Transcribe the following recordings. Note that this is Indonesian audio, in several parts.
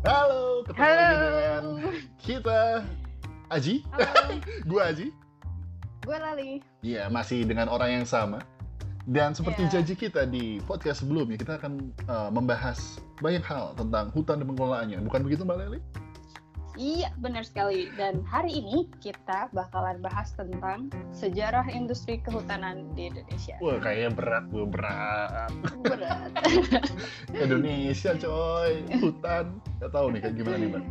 Halo, ketemu lagi dengan Halo. kita, Aji. Halo. Gue Aji. Gue Lali. Iya, masih dengan orang yang sama. Dan seperti Iya. janji kita di podcast sebelumnya, kita akan membahas banyak hal tentang hutan dan pengelolaannya. Bukan begitu, Mbak Leli? Iya, benar sekali. Dan hari ini kita bakalan bahas tentang sejarah industri kehutanan di Indonesia. Wah, kayaknya berat. Berat. Indonesia, coy. Hutan. Gak tahu nih, kayak gimana nih, Mbak?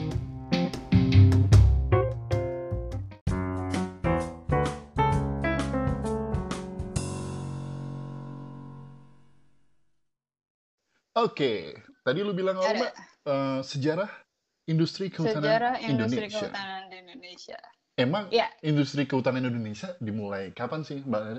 Oke, tadi lu bilang apa, Mbak? Sejarah industri kehutanan Sejarah industri Indonesia. kehutanan di Indonesia. Emang Ya. industri kehutanan Indonesia dimulai kapan sih, Mbak Leli?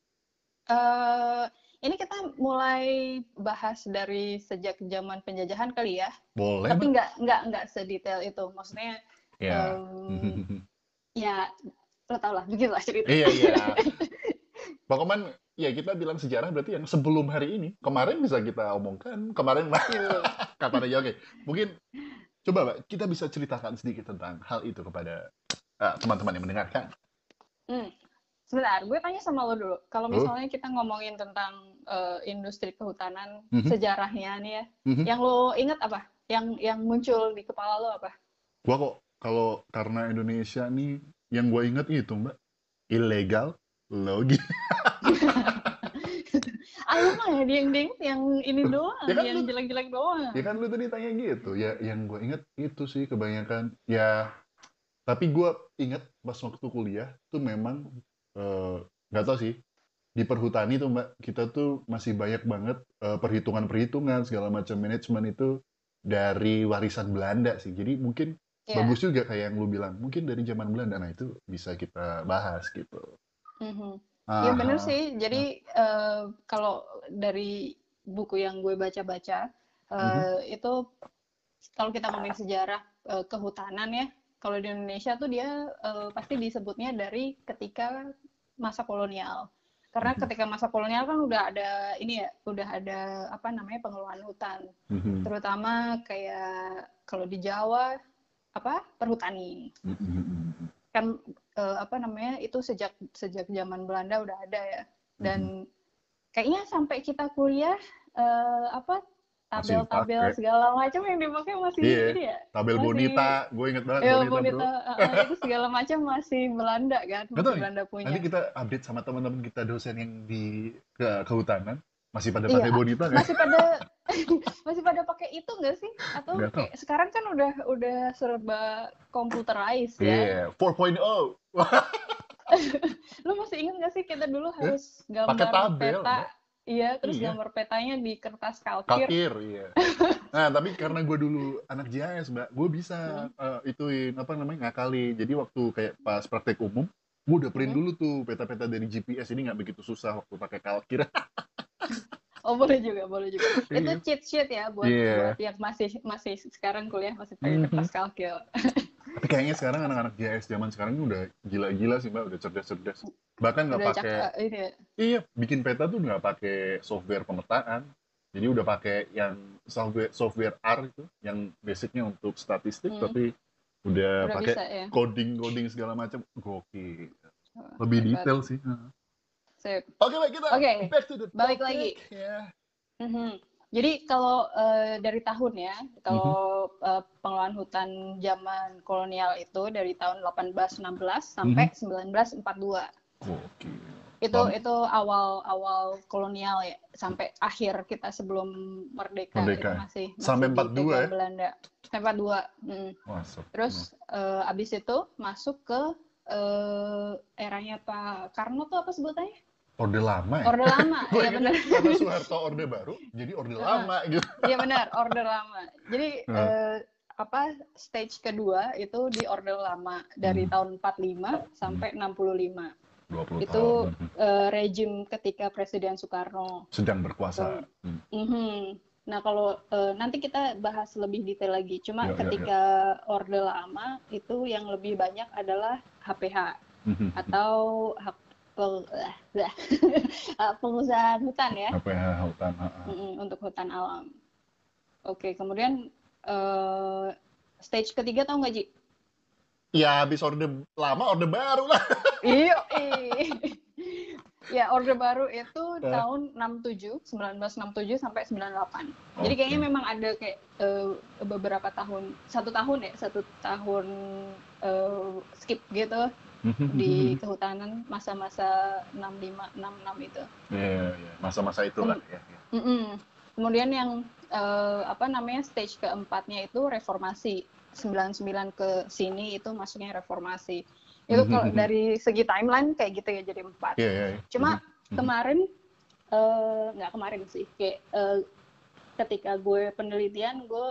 Ini kita mulai bahas dari sejak zaman penjajahan kali ya. Boleh, Tapi Mbak? nggak sedetail itu. Maksudnya, Ya. ya lo tau lah, begitulah cerita. Iya. Pokoknya ya kita bilang sejarah berarti yang sebelum hari ini. Kemarin bisa kita omongkan. Kemarin kapan aja, oke. Mungkin coba, Mbak, kita bisa ceritakan sedikit tentang hal itu kepada teman-teman yang mendengarkan. Sebentar, gue tanya sama lo dulu. Kalau misalnya kita ngomongin tentang industri kehutanan, sejarahnya nih ya, yang lo ingat apa? Yang muncul di kepala lo apa? Gua kok kalau karena Indonesia nih, yang gue ingat itu, Mbak, ilegal logi. Mah ya, yang ini doang, Ya kan yang jelek-jelek doang. Ya kan lu tadi tanya gitu. Ya yang gue ingat itu sih kebanyakan. Ya, tapi gue ingat pas waktu kuliah tuh memang nggak tahu sih, di perhutani tuh, Mbak, kita tuh masih banyak banget perhitungan-perhitungan segala macam manajemen itu dari warisan Belanda sih. Jadi mungkin bagus juga kayak yang lu bilang, mungkin dari zaman Belanda. Nah, itu bisa kita bahas gitu. Ya bener sih. Jadi kalau dari buku yang gue baca-baca, itu kalau kita ngomongin sejarah kehutanan ya, kalau di Indonesia tuh dia pasti disebutnya dari ketika masa kolonial. Karena ketika masa kolonial kan udah ada apa namanya pengelolaan hutan. Terutama kayak kalau di Jawa perhutani. Kan apa namanya itu sejak zaman Belanda udah ada ya. Dan kayaknya sampai kita kuliah tabel segala macam yang dipakai masih ini ya. Tabel Bonita, gue inget banget Bonita, bro. Itu segala macam masih Belanda kan, masih Belanda punya. Nanti kita update sama teman-teman kita dosen yang di kehutanan, masih pada pakai Bonita nggak? Masih pada pakai itu nggak sih? Atau kayak sekarang kan udah serba computerized ya. 4.0. Lu masih ingat nggak sih kita dulu harus gambar tabel, peta? Iya, terus gambar petanya di kertas kalkir. Iya. Nah, tapi karena gue dulu anak JAS, Mbak, gue bisa ngakali. Jadi waktu kayak pas praktek umum, gue udah print dulu tuh peta-peta dari GPS. Ini nggak begitu susah waktu pakai kalkir. Oh, boleh juga. Itu cheat sheet ya buat yang masih sekarang kuliah masih pakai kertas kalkir. Tapi kayaknya sekarang anak-anak JS zaman sekarang ini udah gila-gila sih, Mbak, udah cerdas-cerdas. Bahkan nggak pakai bikin peta tuh nggak pakai software pemetaan. Jadi udah pakai yang software R itu, yang basicnya untuk statistik, tapi udah pakai coding segala macam. Gokil. Lebih detail sih. Oke, Mbak, kita back to the topic. Balik lagi. Jadi kalau dari tahun ya, kalau pengelolaan hutan zaman kolonial itu dari tahun 1816 sampai 1942. Itu awal kolonial ya, sampai akhir kita sebelum merdeka. Itu masih sampai 42 ya? Belanda. Sampai 42. Terus abis itu masuk ke eranya Pak Karno tuh apa sebutannya? Orde Lama ya? Orde Lama, iya benar. Karena Soeharto Orde Baru, jadi Orde Lama gitu. Iya benar, Orde Lama. Jadi stage kedua itu di Orde Lama dari tahun 45 sampai 65. 20 itu rejim ketika Presiden Soekarno sedang berkuasa. Nah kalau nanti kita bahas lebih detail lagi. Cuma ketika Orde Lama itu yang lebih banyak adalah HPH atau pengusahaan hutan ya. HPH hutan. Untuk hutan alam. Oke, kemudian stage ketiga tahu nggak, Ji? Ya, habis orde lama, orde baru lah. Iya, ya Orde Baru itu tahun 1967 sampai 98. Jadi kayaknya memang ada kayak beberapa tahun, satu tahun skip gitu di kehutanan masa-masa 65, 66 itu. Iya, masa-masa itulah. Kemudian yang stage keempatnya itu reformasi. 99 ke sini itu masuknya reformasi. Itu kalau dari segi timeline kayak gitu ya, jadi 4. Cuma kemarin nggak kemarin sih, kayak ketika gue penelitian, gue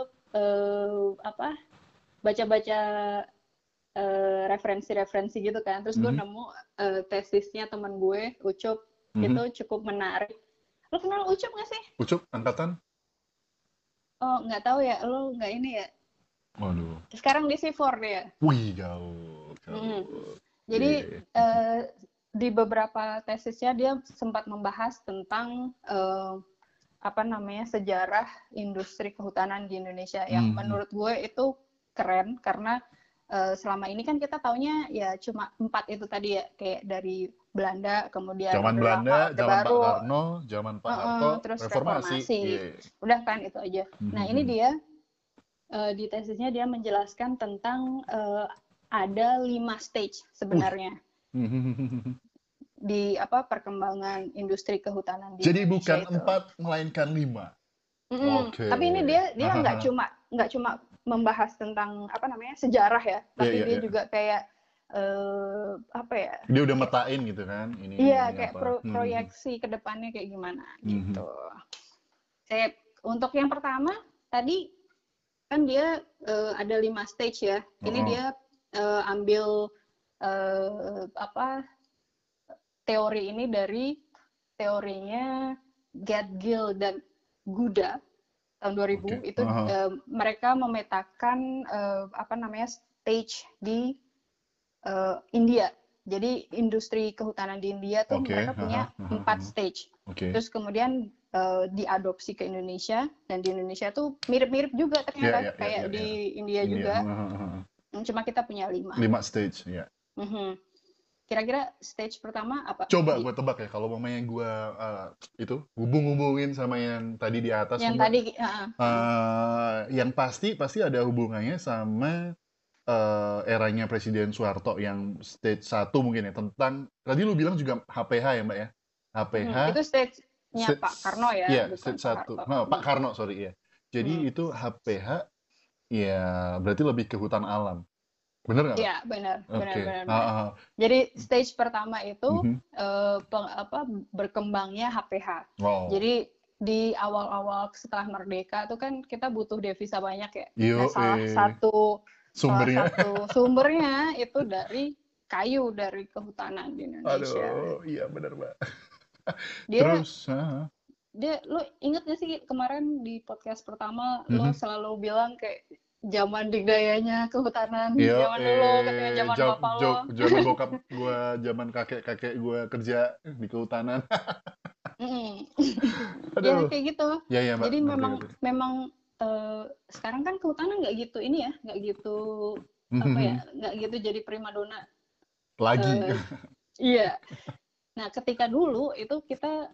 baca-baca referensi-referensi gitu kan, terus gue nemu tesisnya teman gue Ucup, itu cukup menarik. Lo kenal Ucup nggak sih? Ucup angkatan? Oh, nggak tahu ya, lo nggak ini ya? Waduh. Sekarang di C4 dia. Wih, jauh. Jadi di beberapa tesisnya dia sempat membahas tentang sejarah industri kehutanan di Indonesia yang menurut gue itu keren karena selama ini kan kita taunya ya cuma 4 itu tadi ya, kayak dari Belanda, kemudian zaman Belanda, zaman baru, Pak Karno, zaman Pak Harto, terus reformasi. Udah kan itu aja. Nah ini dia di tesisnya dia menjelaskan tentang ada 5 stage sebenarnya di perkembangan industri kehutanan di Jadi Indonesia. Jadi bukan 4 melainkan 5. Tapi ini dia nggak cuma membahas tentang sejarah ya, tapi dia juga kayak dia udah metain gitu kan ini. Iya, kayak proyeksi ke depannya kayak gimana gitu. Untuk yang pertama tadi kan dia ada 5 stage ya. Ini dia ambil teori ini dari teorinya Gadgil dan Guda tahun 2000. Itu mereka memetakan stage di India. Jadi industri kehutanan di India tuh mereka punya 4 stage. Terus kemudian diadopsi ke Indonesia, dan di Indonesia tuh mirip-mirip juga ternyata kayak di India juga. Cuma kita punya 5 stage ya. Kira-kira stage pertama apa? Coba gue tebak ya, kalau mamanya gue itu hubungin sama yang tadi di atas. Yang tadi yang pasti ada hubungannya sama eranya Presiden Soeharto yang stage 1 mungkin ya, tentang tadi lu bilang juga HPH ya Mbak ya. HPH itu stage-nya Pak Karno ya, iya, bukan stage 1. Pak Karno, sorry ya. Jadi itu HPH ya berarti lebih ke hutan alam. Bener nggak? Iya, benar. Jadi stage pertama itu berkembangnya HPH. Jadi di awal-awal setelah merdeka tuh kan kita butuh devisa banyak ya. Nah, salah satu sumbernya itu dari kayu, dari kehutanan di Indonesia. Aduh, iya benar, Mbak. Terus lu inget gak sih kemarin di podcast pertama lo selalu bilang kayak zaman digdayanya kehutanan, zaman dulu katanya, zaman bapak lo. Zaman bokap gue, zaman kakek-kakek gue kerja di kehutanan. Ya kayak gitu. Ya, Mbak. Jadi memang sekarang kan kehutanan nggak gitu ini ya, nggak gitu nggak gitu jadi primadona lagi. Iya. Nah, ketika dulu itu kita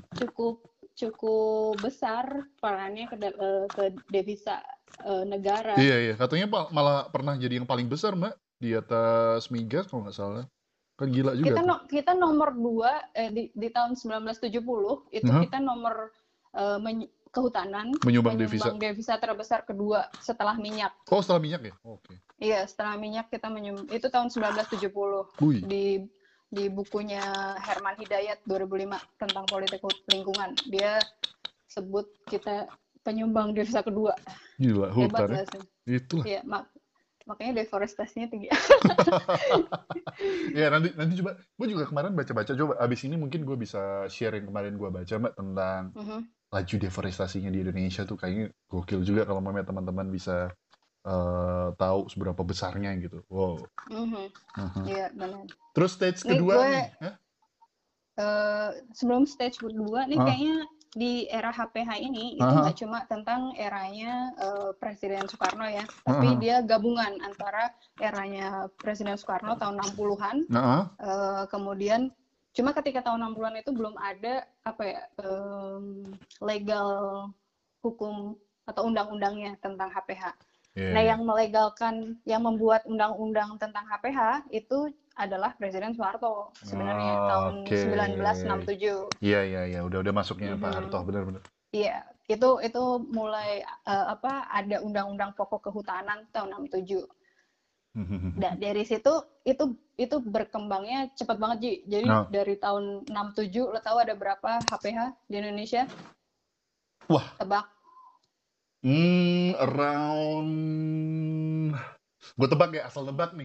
cukup besar perannya ke devisa negara. Iya. Katanya malah pernah jadi yang paling besar, Mbak, di atas migas kalau nggak salah. Kan gila juga. Kita nomor 2 di tahun 1970 itu kita nomor kehutanan menyumbang devisa terbesar kedua setelah minyak. Oh, setelah minyak ya? Oke. Iya, setelah minyak kita itu tahun 1970. Di bukunya Herman Hidayat 2005 tentang politik lingkungan, dia sebut kita penyumbang devisa kedua. Gila, hutan ya? Itulah. Iya, makanya deforestasinya tinggi. Ya, nanti coba. Gue juga kemarin baca-baca, coba abis ini mungkin gue bisa share yang kemarin gue baca, Mbak, tentang laju deforestasinya di Indonesia tuh kayaknya gokil juga kalau memang teman-teman bisa tahu seberapa besarnya gitu. Wow. Iya, benar. Terus stage kedua nih? Sebelum stage kedua nih kayaknya di era HPH ini itu nggak cuma tentang eranya Presiden Soekarno ya, tapi dia gabungan antara eranya Presiden Soekarno tahun 60-an, kemudian cuma ketika tahun 60-an itu belum ada apa ya legal hukum atau undang-undangnya tentang HPH. Nah, yang melegalkan, yang membuat undang-undang tentang HPH itu adalah Presiden Soeharto sebenarnya tahun 1967. Iya, udah masuknya Pak Harto, benar-benar. Iya, itu mulai ada undang-undang pokok kehutanan tahun 67. Dan dari situ itu berkembangnya cepat banget, Ji. Jadi dari tahun 67 lo tahu ada berapa HPH di Indonesia? Wah. Tebak. Around, gue tebak ya, asal tebak nih.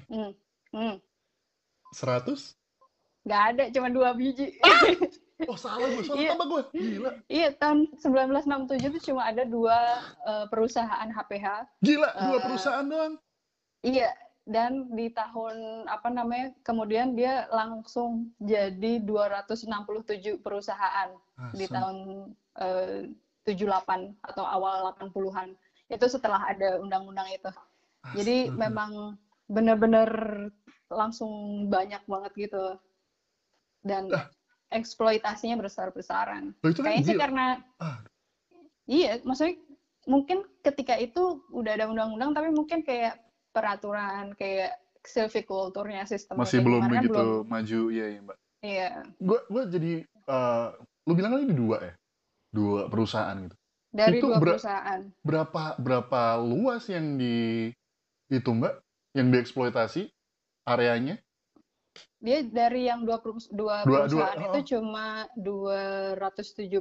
100? Nggak ada, cuma 2 biji. Oh salah gue, tebak gue. Gila. Iya, tahun 1967 itu cuma ada 2 perusahaan HPH. Gila, 2 perusahaan doang. Iya, dan di tahun kemudian dia langsung jadi 267 perusahaan di tahun 78 atau awal 80-an. Itu setelah ada undang-undang itu. Jadi memang benar-benar langsung banyak banget gitu. Dan eksploitasinya besar-besaran. Kayaknya sih karena iya, maksudnya mungkin ketika itu udah ada undang-undang tapi mungkin kayak peraturan kayak silviculturnya sistemnya masih belum begitu maju, iya Mbak. Iya. Gue jadi lu bilang kan ini 2 ya? 2 perusahaan gitu. Dari itu 2 perusahaan. Berapa luas yang itu Mbak, yang dieksploitasi areanya? Dia dari yang 2 perusahaan itu cuma 270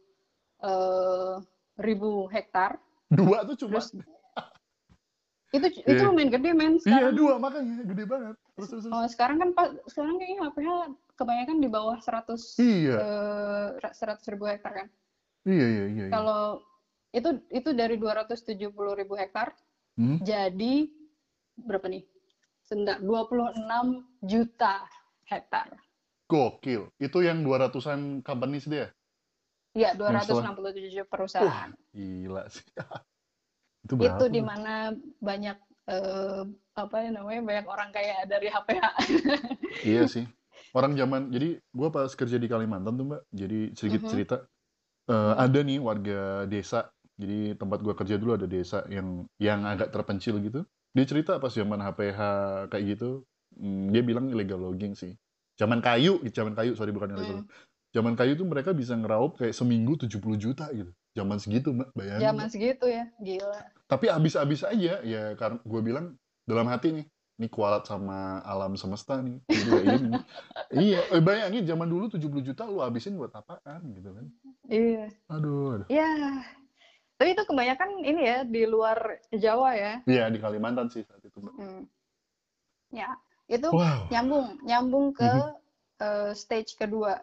ribu hektar. 2 tuh cuma. Terus, itu lumayan gede, men. Sekarang, iya, 2 makanya gede banget. Terus. Sekarang kayaknya HPH kebanyakan di bawah 100 ribu hektar kan. Iya. Kalau itu dari 270 ribu hektar, jadi berapa nih? 26 juta hektar. Gokil. Itu yang 200-an companies dia? Iya, 267 perusahaan. Gila sih. Itu di mana banyak banyak orang kaya dari HPH. Iya sih. Orang zaman, jadi gue pas kerja di Kalimantan tuh Mbak, jadi sedikit cerita. Ada nih warga desa, jadi tempat gue kerja dulu ada desa yang agak terpencil gitu. Dia cerita pas zaman HPH kayak gitu, dia bilang illegal logging sih. Zaman kayu, sorry bukan illegal. Zaman kayu tuh mereka bisa ngeraup kayak seminggu 70 juta gitu. Zaman segitu Mbak, bayangin. Zaman segitu ya, gila. Tapi habis-habis aja, ya karena gue bilang dalam hati nih, ini kualat sama alam semesta nih. Ini. Iya, bayangin zaman dulu 70 juta lu habisin buat apaan gitu kan. Iya. Aduh. Iya. Tapi itu kebanyakan ini ya, di luar Jawa ya. Iya, di Kalimantan sih saat itu, Mbak. Ya, itu nyambung ke stage kedua.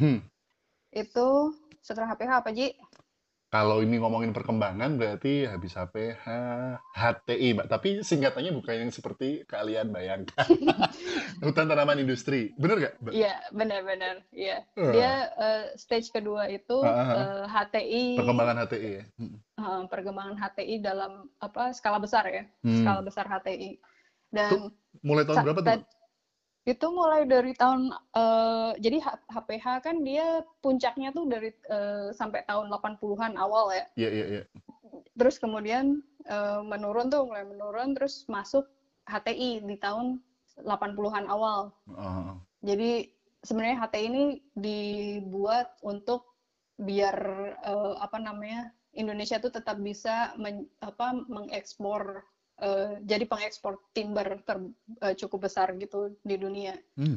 Itu setelah HPH apa, Ji? Kalau ini ngomongin perkembangan berarti habis HPH, HTI, Mbak. Tapi singkatannya bukan yang seperti kalian bayangkan. Hutan Tanaman Industri. Bener nggak, Mbak? Iya, benar-benar. Iya. Dia stage kedua itu HTI. Perkembangan HTI ya? Perkembangan HTI dalam skala besar ya. Skala besar HTI. Dan mulai tahun berapa tuh, Mbak? Itu mulai dari tahun jadi HPH kan dia puncaknya tuh dari sampai tahun 80-an awal ya. Iya. Terus kemudian mulai menurun terus masuk HTI di tahun 80-an awal. Jadi sebenarnya HTI ini dibuat untuk biar Indonesia tuh tetap bisa mengekspor jadi pengekspor timber cukup besar gitu di dunia.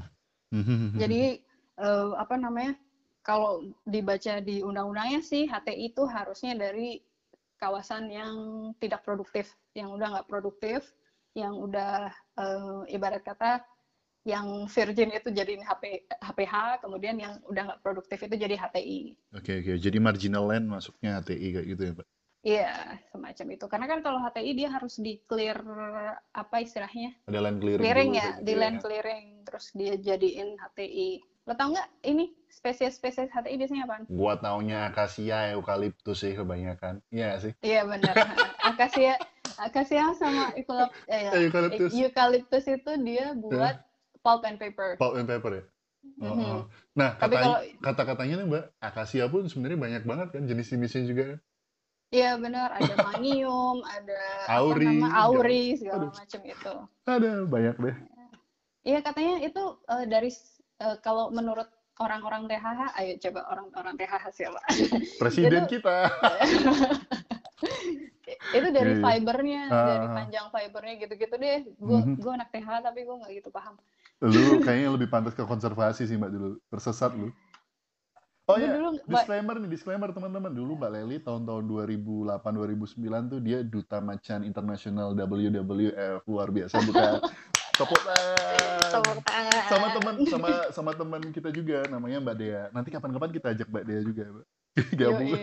Jadi kalau dibaca di undang-undangnya sih HTI itu harusnya dari kawasan yang tidak produktif, yang udah nggak produktif, yang udah ibarat kata yang virgin itu jadiin HPH, kemudian yang udah nggak produktif itu jadi HTI. Oke. Jadi marginal land masuknya HTI kayak gitu ya, Pak? Iya, semacam itu. Karena kan kalau HTI dia harus di-clear istilahnya? Ada land clearing clearing dulu, ya, di land clearing terus dia jadiin HTI. Lo tau nggak ini spesies-spesies HTI biasanya apaan? Gua taunya akasia, eukaliptus sih kebanyakan. Iya sih? Iya benar. Akasia sama Eukaliptus. eukaliptus itu dia buat Ya, pulp and paper. pulp and paper ya? Mhm. Nah, Tapi kalau kata-katanya nih Mbak, akasia pun sebenarnya banyak banget kan jenis-jenisnya juga kan? iya benar, ada manium, ada apa nama Auri, auri segala aduh, macam itu. ada banyak deh. Iya katanya itu dari kalau menurut orang-orang THH, ayo coba orang-orang THH siapa? Itu Presiden kita. itu dari Iya. fibernya, dari Ah, panjang fibernya gitu-gitu deh. mhm. Gue anak THH tapi gue nggak gitu paham. Lu kayaknya lebih pantas ke konservasi sih Mbak dulu. Tersesat lu. Oh Gue ya, dulu disclaimer teman-teman. Dulu Mbak Lely tahun-tahun 2008-2009 tuh dia duta macan internasional WWF. Luar biasa, bukan? Tepuk tepuk tangan. tangan. Sama teman kita juga namanya Mbak Dea. Nanti kapan-kapan kita ajak Mbak Dea juga, Mbak. Yo, Gabung.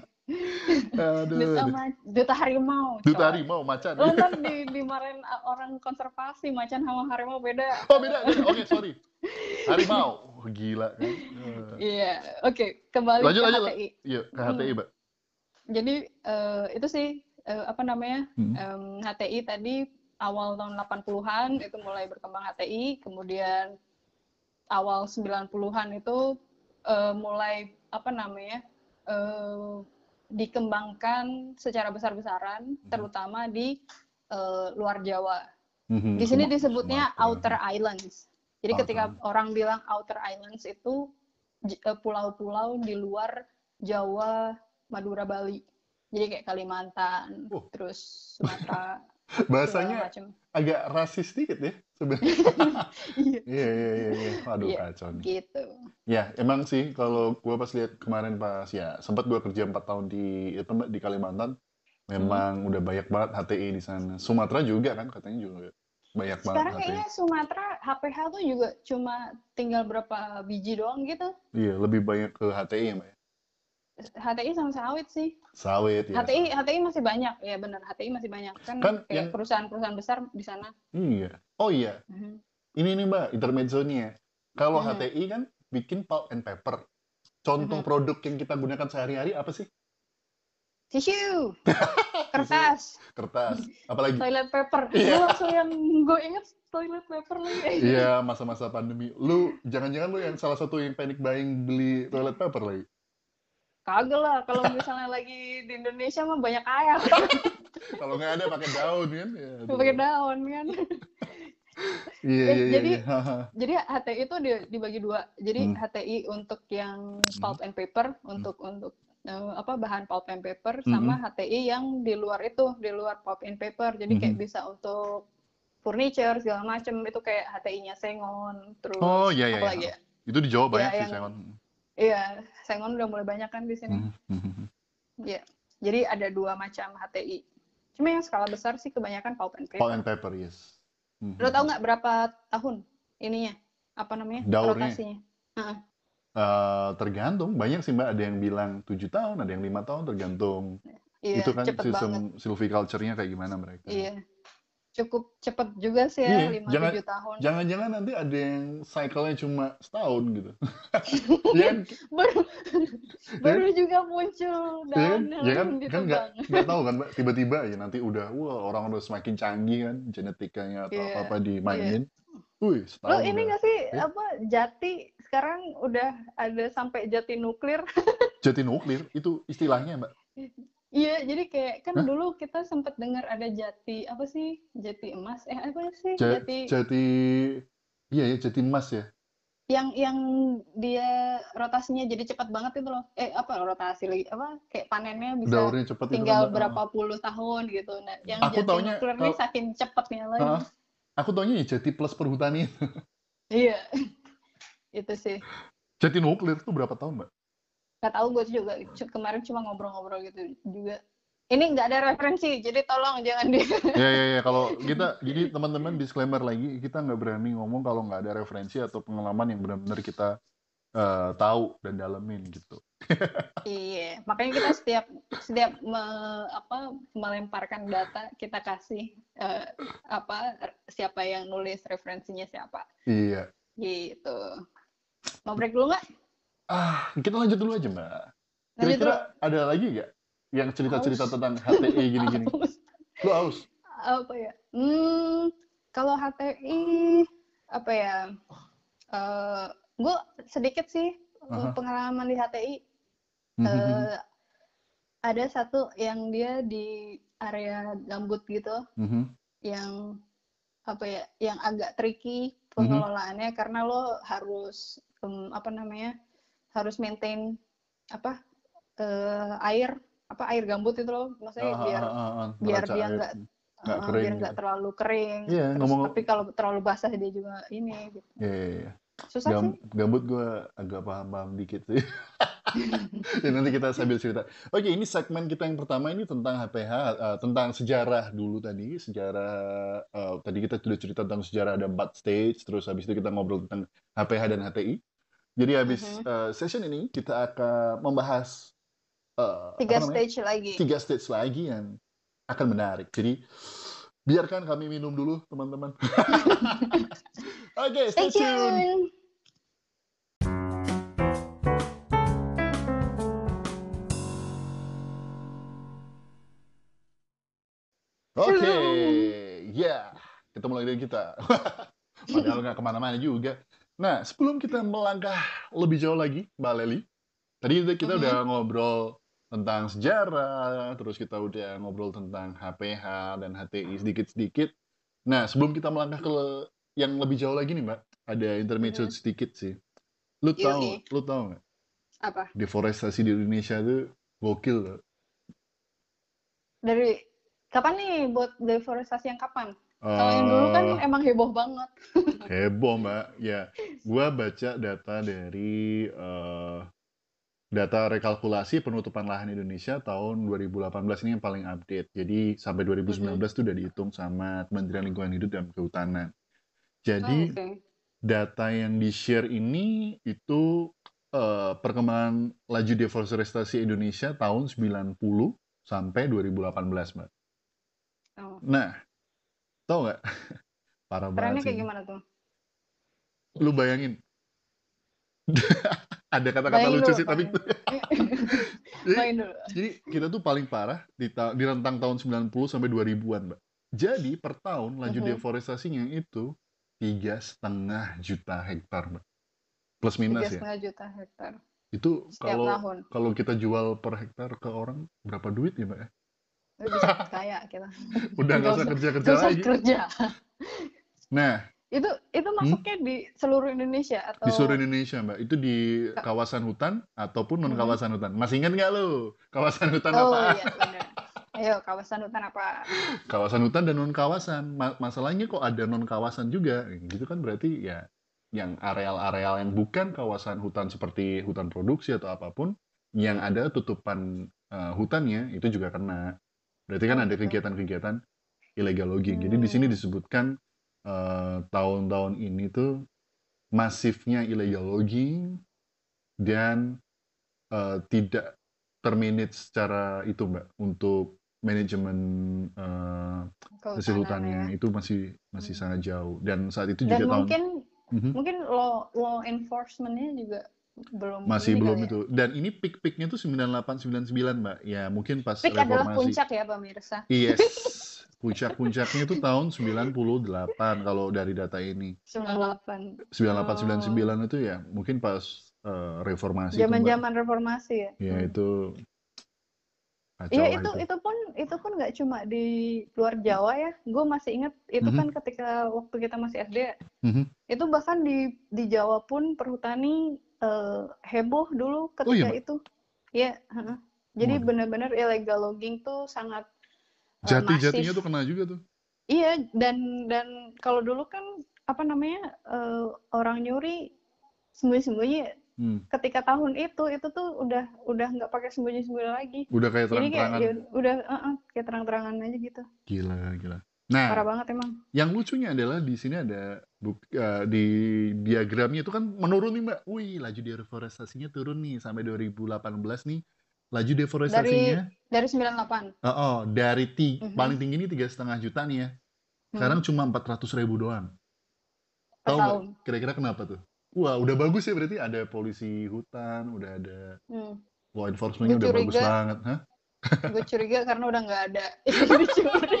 Aduh. duta harimau, Duta coy. harimau, macan. Lo ntar dimarahin orang konservasi, macan sama harimau beda. Oh, beda. Oke, sorry. Harimau. Oh, gila kan. Iya, oke. Kembali Lanjut. ke HTI. Iya, ke HTI, Mbak. Jadi itu sih apa namanya Hmm. HTI tadi awal tahun 80-an itu mulai berkembang HTI, kemudian awal 90-an itu mulai apa namanya dikembangkan secara besar-besaran, terutama di luar Jawa. Di sini disebutnya Sumatera. Outer Islands. Jadi ketika orang bilang Outer Islands itu pulau-pulau di luar Jawa, Madura, Bali. Jadi kayak Kalimantan, terus Sumatera, bahasanya agak rasis dikit ya sebenarnya. Iya. Aduh, kacau nih. Gitu. Ya, emang sih kalau gue pas lihat kemarin pas ya sempat gue kerja 4 tahun di Kalimantan, memang udah banyak banget HTI di sana. Sumatera juga kan katanya juga banyak banget Sekarang kayaknya Sumatera HPH tuh juga cuma tinggal berapa biji doang gitu. Iya, lebih banyak ke HTI ya, Mbak. HTI sama sawit sih. Sawit ya. HTI masih banyak, ya benar. HTI masih banyak kan kayak perusahaan-perusahaan besar di sana. Iya. Oh iya. Ini nih Mbak, intermezzonya. Kalau HTI kan bikin pulp and paper. Contoh produk yang kita gunakan sehari-hari apa sih? Tisu, kertas, apalagi? toilet paper. Gue langsung yang gue inget toilet paper lagi. Iya, masa-masa pandemi. Jangan-jangan lu yang salah satu yang panic buying beli toilet paper lagi? Kagak lah, kalau misalnya lagi di Indonesia mah banyak air. Kalau nggak ada pakai daun kan? Ya, pakai daun kan. Iya. Jadi HTI itu dibagi dua. Jadi HTI untuk yang pulp and paper, untuk bahan pulp and paper, sama HTI yang di luar pulp and paper. Jadi kayak bisa untuk furniture segala macam, itu kayak HTI-nya Sengon, terus apa lagi ya? Itu di Jawa banyak sih Sengon. Iya, Sengon udah mulai banyak kan di sini. Iya. Jadi ada 2 macam HTI. Cuma yang skala besar sih kebanyakan pulp and paper. Pulp and paper, yes. Lo tau nggak berapa tahun ininya? Apa namanya? Daurnya? Rotasinya. Tergantung. Banyak sih Mbak. Ada yang bilang 7 tahun, ada yang 5 tahun, tergantung. Iya, itu kan sistem silviculture-nya kayak gimana mereka. Iya. Cukup cepet juga sih ya, 5-7 tahun. Jangan-jangan nanti ada yang cycle-nya cuma setahun gitu. baru juga muncul daun yang ditebang. Nggak tahu kan Mbak, tiba-tiba ya nanti udah, orang udah semakin canggih kan, genetikanya atau apa-apa dimainin. Wih, setahun. Lo ini nggak sih, jati sekarang udah ada sampai jati nuklir. Jati nuklir? Itu istilahnya Mbak? Iya, jadi kayak kan dulu kita sempat dengar ada jati apa sih? Jati emas. Apa sih? Jati emas ya. Yang dia rotasinya jadi cepat banget itu loh. Rotasi lagi kayak panennya bisa cepet tinggal berapa puluh tahun gitu. Nah, yang jati nuklir ini saking cepatnya lagi. Aku taunya ya jati plus perhutani. Iya. Itu sih. Jati nuklir itu berapa tahun, Mbak? Gak tahu, gue juga kemarin cuma ngobrol-ngobrol gitu juga. Ini nggak ada referensi, jadi tolong jangan di. Ya. Kalau kita, jadi teman-teman disclaimer lagi, kita nggak berani ngomong kalau nggak ada referensi atau pengalaman yang benar-benar kita tahu dan dalemin gitu. Iya, makanya kita setiap melemparkan data kita kasih siapa yang nulis, referensinya siapa. Iya. Gitu. Mau break dulu nggak? Kita lanjut dulu aja, Mbak. Kira-kira ada lagi nggak yang cerita-cerita tentang HTI gini-gini? Lu aus? Apa ya? Kalau HTI, apa ya? Gue sedikit sih pengalaman di HTI. Ada satu yang dia di area gambut gitu, yang apa ya, yang agak tricky pengelolaannya karena lo harus harus maintain air gambut itu loh, maksudnya biar dia nggak terlalu kering. Terus tapi kalau terlalu basah dia juga ini gitu. Susah sih. Gambut gue agak paham dikit sih. Dan nanti kita sambil cerita. Oke, ini segmen kita yang pertama ini tentang HPH, tentang sejarah dulu tadi. Tadi kita sudah cerita tentang sejarah ada 4 stage, terus habis itu kita ngobrol tentang HPH dan HTI. Jadi habis session ini kita akan membahas 3 stage lagi. 3 stage lagi yang akan menarik. Jadi biarkan kami minum dulu, teman-teman. Oke, stay tune. Oke, ketemu lagi dengan kita. Padahal nggak kemana-mana juga. Nah, sebelum kita melangkah lebih jauh lagi, Mbak Leli, tadi kita udah ngobrol tentang sejarah, terus kita udah ngobrol tentang HPH dan HTI sedikit-sedikik. Nah, sebelum kita melangkah ke yang lebih jauh lagi nih, Mbak, ada intermezzo sedikit sih. Lu tahu nggak? Apa? Deforestasi di Indonesia tuh gokil loh. Dari kapan nih buat deforestasi yang kapan? Kalau yang dulu kan emang heboh banget. Heboh, Mbak. Ya, gua baca data dari data rekalkulasi penutupan lahan Indonesia tahun 2018 ini yang paling update. Jadi sampai 2019 itu udah dihitung sama Kementerian Lingkungan Hidup dan Kehutanan. Jadi data yang di-share ini itu perkembangan laju deforestasi Indonesia tahun 90 sampai 2018, Mbak. Nah, tau nggak? Parah banget sih. Kayak gimana tuh? Lu bayangin. Ada kata-kata lucu sih, tapi jadi kita tuh paling parah di rentang tahun 90 sampai 2000-an, Mbak. Jadi per tahun laju deforestasinya itu 3,5 juta hektar, Mbak. Plus minus 3,5 juta hektar. Itu kalau kita jual per hektar ke orang berapa duit ya, Mbak? Bisa kaya kita. Udah nggak usah kerja-kerja lagi. Nah, itu masuknya di seluruh Indonesia atau di seluruh Indonesia, Mbak. Itu di kawasan hutan ataupun non kawasan hutan. Masih ingat nggak lo kawasan hutan apa? Oh iya benar. Ayo, kawasan hutan apa? Kawasan hutan dan non kawasan. Masalahnya kok ada non kawasan juga. Gitu kan berarti ya yang areal-areal yang bukan kawasan hutan seperti hutan produksi atau apapun, yang ada tutupan hutannya itu juga kena. Berarti kan ada kegiatan-kegiatan illegal logging. Jadi di sini disebutkan tahun-tahun ini tuh masifnya illegal logging dan tidak termanage secara itu, Mbak, untuk manajemen hasil hutannya itu masih sangat jauh. Dan saat itu juga mungkin law enforcement-nya juga masih belum itu. Dan ini peak-peaknya tuh 98-99, Mbak. Ya mungkin pas peak reformasi. Adalah puncak ya, pemirsa. Yes. Puncak-puncaknya itu tahun 98 kalau dari data ini. 98. 98-99 itu ya mungkin pas reformasi. Zaman-zaman reformasi ya. Ya itu. Iya itu pun nggak cuma di luar Jawa ya. Gue masih ingat itu kan ketika waktu kita masih SD. Itu bahkan di Jawa pun perhutani heboh dulu ketika itu. Ya. Jadi benar-benar illegal logging tuh sangat Jati-jatinya tuh kena juga tuh. Iya, dan kalau dulu kan orang nyuri sembunyi-sembunyi. Ketika tahun itu tuh udah nggak pakai sembunyi-sembunyi lagi. Udah kayak terang-terangan. Jadi kayak terang-terangan aja gitu. Gila. Nah, parah banget emang. Yang lucunya adalah di sini ada di diagramnya itu kan menurun nih, Mbak. Wih, laju deforestasinya turun nih sampai 2018 nih. Laju deforestasinya dari 98. Dari paling tinggi ini 3,5 juta nih ya. Sekarang cuma 400.000 doang. Tahu nggak kira-kira kenapa tuh? Wah, udah bagus ya berarti ada polisi hutan, udah ada law enforcement-nya Gue udah bagus curiga, banget. Hah? gue curiga karena udah nggak ada yang dicuri.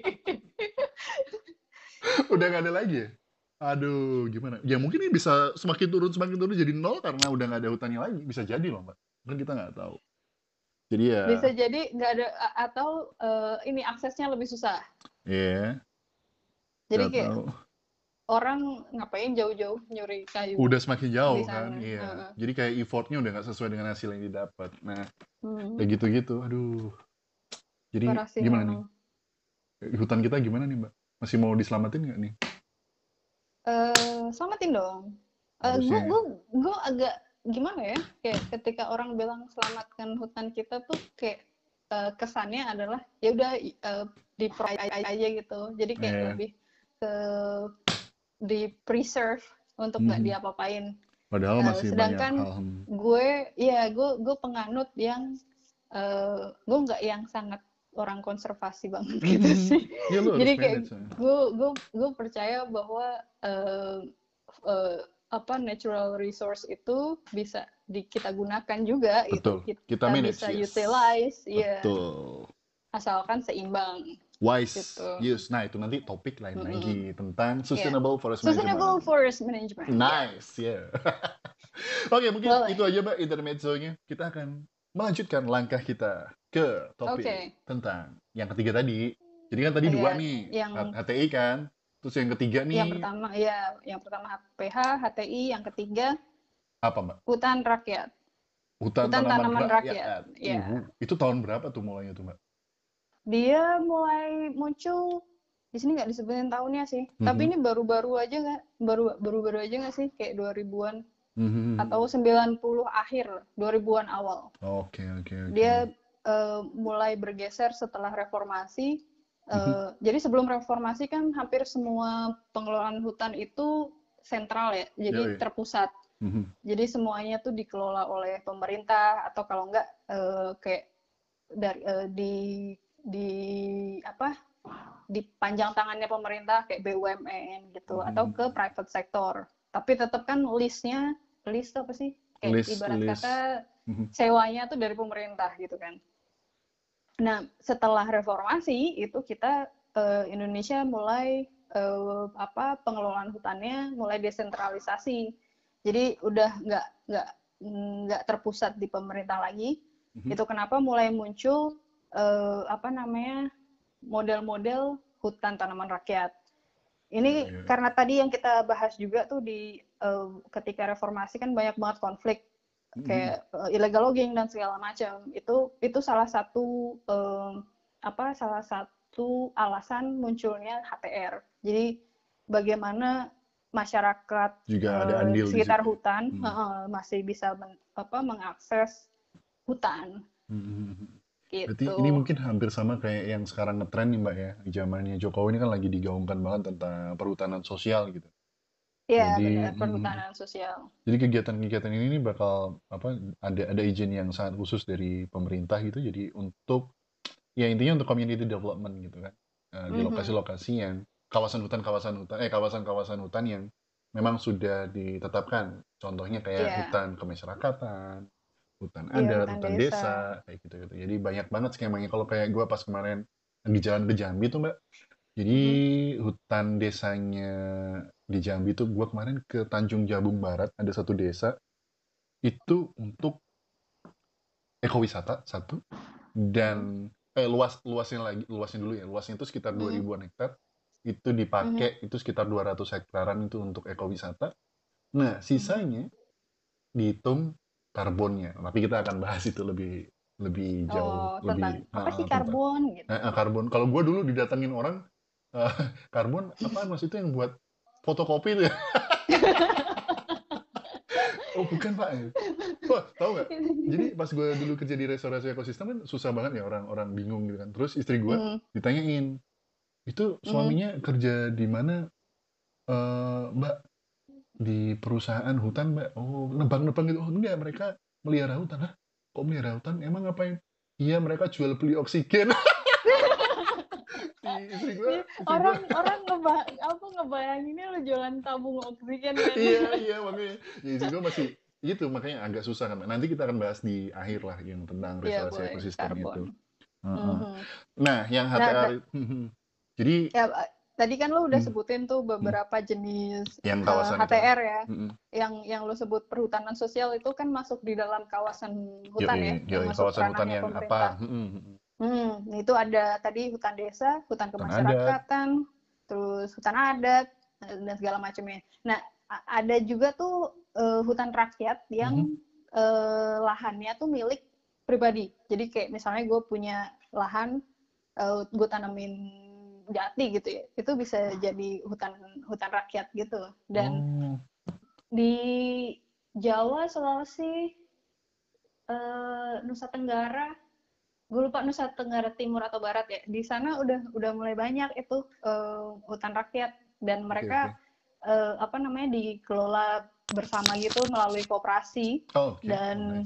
Udah nggak ada lagi ya? Aduh, gimana? Ya mungkin ini bisa semakin turun jadi nol karena udah nggak ada hutannya lagi. Bisa jadi loh, Mbak. Kan kita nggak tahu. Jadi ya, Bisa jadi nggak ada atau ini aksesnya lebih susah. iya, Jadi nggak kayak tahu. orang ngapain jauh-jauh nyuri kayu Udah semakin jauh di kan, sana. iya. Jadi kayak effortnya udah nggak sesuai dengan hasil yang didapat. Nah, Hmm, kayak gitu-gitu. Aduh. Jadi parah sih gimana nih? memang. Hutan kita gimana nih, Mbak? Masih mau diselamatin nggak nih? Selamatin dong. Harusnya ya. Gue agak gimana ya? Kayak ketika orang bilang selamatkan hutan kita tuh kayak kesannya adalah ya udah di aja gitu. Jadi kayak lebih ke di preserve untuk nggak diapa-apain. Padahal masih banyak Sedangkan hal. gue penganut yang gue nggak yang sangat orang konservasi banget gitu sih. Ya, lu Jadi harus kayak manage. gue percaya bahwa natural resource itu bisa kita gunakan juga. Betul. Itu Kita manage, bisa yes. utilize, Betul. asalkan seimbang. Wise Gitu. use. Nah, itu nanti topik lain lagi tentang sustainable forest management. Sustainable forest management. Nice, ya. Yeah. Oke, mungkin itu aja Mbak intermezzonya. Kita akan melanjutkan langkah kita ke topik tentang yang ketiga tadi. Jadi kan tadi dua nih, yang HTI kan. Terus yang ketiga nih. Yang pertama HPH, HTI, yang ketiga apa Mbak? Hutan rakyat. Hutan tanaman rakyat. Ya. Itu tahun berapa tuh mulainya tuh Mbak? Dia mulai muncul di sini nggak disebutin tahunnya sih. Tapi ini baru-baru aja nggak sih? Kayak 2000-an atau 90 akhir, 2000-an awal. Oke. Dia mulai bergeser setelah reformasi. Jadi sebelum reformasi kan hampir semua pengelolaan hutan itu sentral ya, jadi terpusat. Jadi semuanya tuh dikelola oleh pemerintah atau kalau enggak kayak dipanjang tangannya pemerintah kayak BUMN gitu atau ke private sector. Tapi tetap kan list apa sih? Kayak ibarat kata sewanya tuh dari pemerintah gitu kan. Nah, setelah reformasi itu kita Indonesia mulai pengelolaan hutannya mulai desentralisasi. Jadi udah nggak terpusat di pemerintah lagi. Itu kenapa mulai muncul model-model hutan tanaman rakyat. Ini karena tadi yang kita bahas juga tuh di ketika reformasi kan banyak banget konflik kayak illegal logging dan segala macam. Itu salah satu alasan munculnya HTR. Jadi bagaimana masyarakat juga ada andil sekitar hutan masih bisa mengakses hutan. Gitu. Berarti ini mungkin hampir sama kayak yang sekarang ngetren nih Mbak ya. Di zamannya Jokowi ini kan lagi digaungkan banget tentang perhutanan sosial gitu. Iya, benar, perhutanan sosial. Jadi kegiatan-kegiatan ini bakal ada izin yang sangat khusus dari pemerintah gitu. Jadi untuk ya intinya untuk community development gitu kan. Di lokasi-lokasi yang kawasan-kawasan hutan yang memang sudah ditetapkan. Contohnya kayak hutan kemasyarakatan, hutan adat, hutan desa, kayak gitu-gitu. Jadi banyak banget skemanya. Kalau kayak gue pas kemarin di jalan ke Jambi tuh Mbak, jadi hutan desanya di Jambi tuh gue kemarin ke Tanjung Jabung Barat, ada satu desa, itu untuk ekowisata, satu, dan luasnya dulu ya, luasnya itu sekitar 2.000-an hektar, itu dipakai, itu sekitar 200 hektaran itu untuk ekowisata. Nah, sisanya dihitung karbonnya. Tapi kita akan bahas itu lebih jauh. Apa sih karbon? Gitu. Karbon. Kalau gue dulu didatengin orang, karbon apa mas itu yang buat fotokopi itu ya? Oh bukan pak. Wah tahu nggak? Jadi pas gue dulu kerja di restorasi ekosistem kan susah banget ya orang bingung gitu kan. Terus istri gue ditanyain, itu suaminya kerja di mana? Mbak, di perusahaan hutan Mbak. Oh nebang-nebang gitu. Oh enggak, mereka melihara hutan. Hah? Kok melihara hutan? Emang ngapain? Iya mereka jual beli oksigen. istri gue orang ngebayanginnya lu jualan tabung oksigen kan. Iya makanya ya, istri gue masih itu makanya agak susah kan. Nanti kita akan bahas di akhir lah yang tentang restorasi ekosistem itu. Nah, yang HTR jadi ya, tadi kan lo udah sebutin tuh beberapa jenis yang kawasan HTR ya. Yang lo sebut perhutanan sosial itu kan masuk di dalam kawasan hutan ya, yang masuk kawasan hutan yang pemerintah. apa? Itu ada tadi hutan desa, hutan kemasyarakatan, terus hutan adat dan segala macamnya. Nah, ada juga tuh hutan rakyat yang lahannya tuh milik pribadi. Jadi kayak misalnya gue punya lahan, gue tanamin jati gitu ya, itu bisa jadi hutan rakyat gitu. Dan di Jawa, Sulawesi, Nusa Tenggara, gue lupa Nusa Tenggara Timur atau Barat ya, di sana udah mulai banyak itu hutan rakyat, dan mereka dikelola bersama gitu melalui koperasi. Dan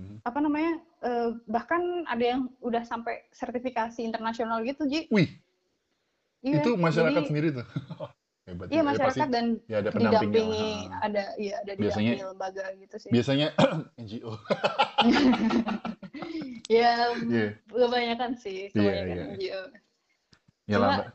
bahkan ada yang udah sampai sertifikasi internasional gitu, Ji. Wih. Iya, itu masyarakat sendiri tuh. Hebat. Iya, masyarakat dan ya, ada didampingi, ada didampingi lembaga gitu sih. Biasanya NGO. Ya, kebanyakan sih, NGO. Cuma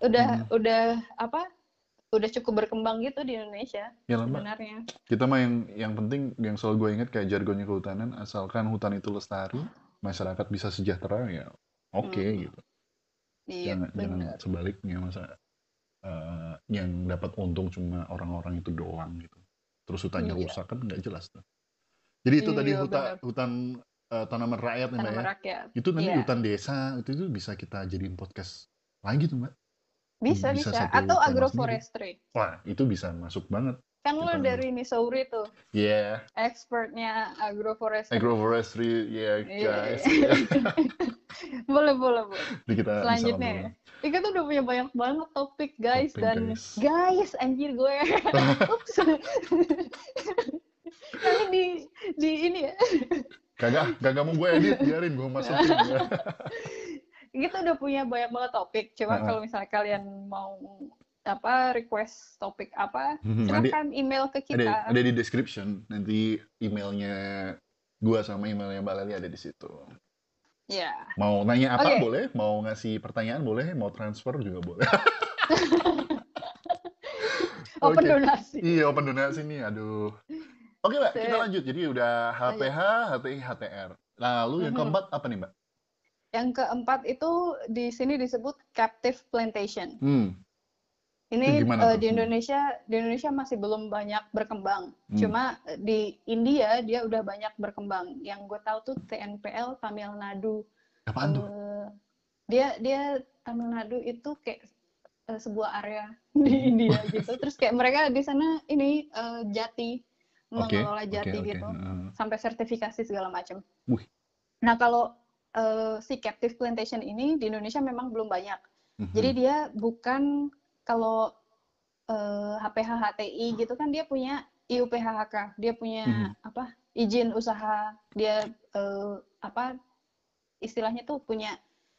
udah cukup berkembang gitu di Indonesia sebenarnya. Kita mah yang penting yang selalu gue ingat kayak jargonnya kehutanan, asalkan hutan itu lestari, masyarakat bisa sejahtera ya gitu. Iya, jangan sebaliknya, masa yang dapat untung cuma orang-orang itu doang gitu. Terus hutannya rusak kan nggak jelas tuh. Jadi itu tadi hutan tanaman rakyat nih, Mbak ya. Itu nanti hutan desa itu bisa kita jadiin podcast lagi tuh, Mbak. Bisa. Atau agroforestry. Wah, itu bisa masuk banget. Kan lo dari Missouri tuh. Iya. Expertnya agroforestry. Agroforestry, guys. Boleh. Kita selanjutnya. Kita tuh udah punya banyak banget topik, guys. Guys, anjir gue. Ups. Nanti di ini ya. Kagak mau gue edit, biarin gue masukin ya. Kita udah punya banyak banget topik. Coba kalau misalnya kalian mau request topik apa, silakan email ke kita. Ada di description, nanti emailnya gue sama emailnya Mbak Leli ada di situ. Ya. Mau nanya apa boleh, mau ngasih pertanyaan boleh, mau transfer juga boleh. Open donasi. Iya, open donasi nih, aduh. Oke, Mbak, kita lanjut. Jadi udah HPH, HTI, HTR. Lalu yang keempat apa nih, Mbak? Yang keempat itu di sini disebut captive plantation. Ini di Indonesia masih belum banyak berkembang. Cuma di India dia udah banyak berkembang. Yang gue tahu tuh TNPL Tamil Nadu. Apaan tuh? Dia Tamil Nadu itu kayak sebuah area di India gitu. Terus kayak mereka di sana ini jati, mengelola jati gitu. Sampai sertifikasi segala macam. Nah, kalau si captive plantation ini di Indonesia memang belum banyak. Jadi dia bukan, kalau HPH HTI gitu kan dia punya IUPHK, dia punya izin usaha, dia istilahnya tuh punya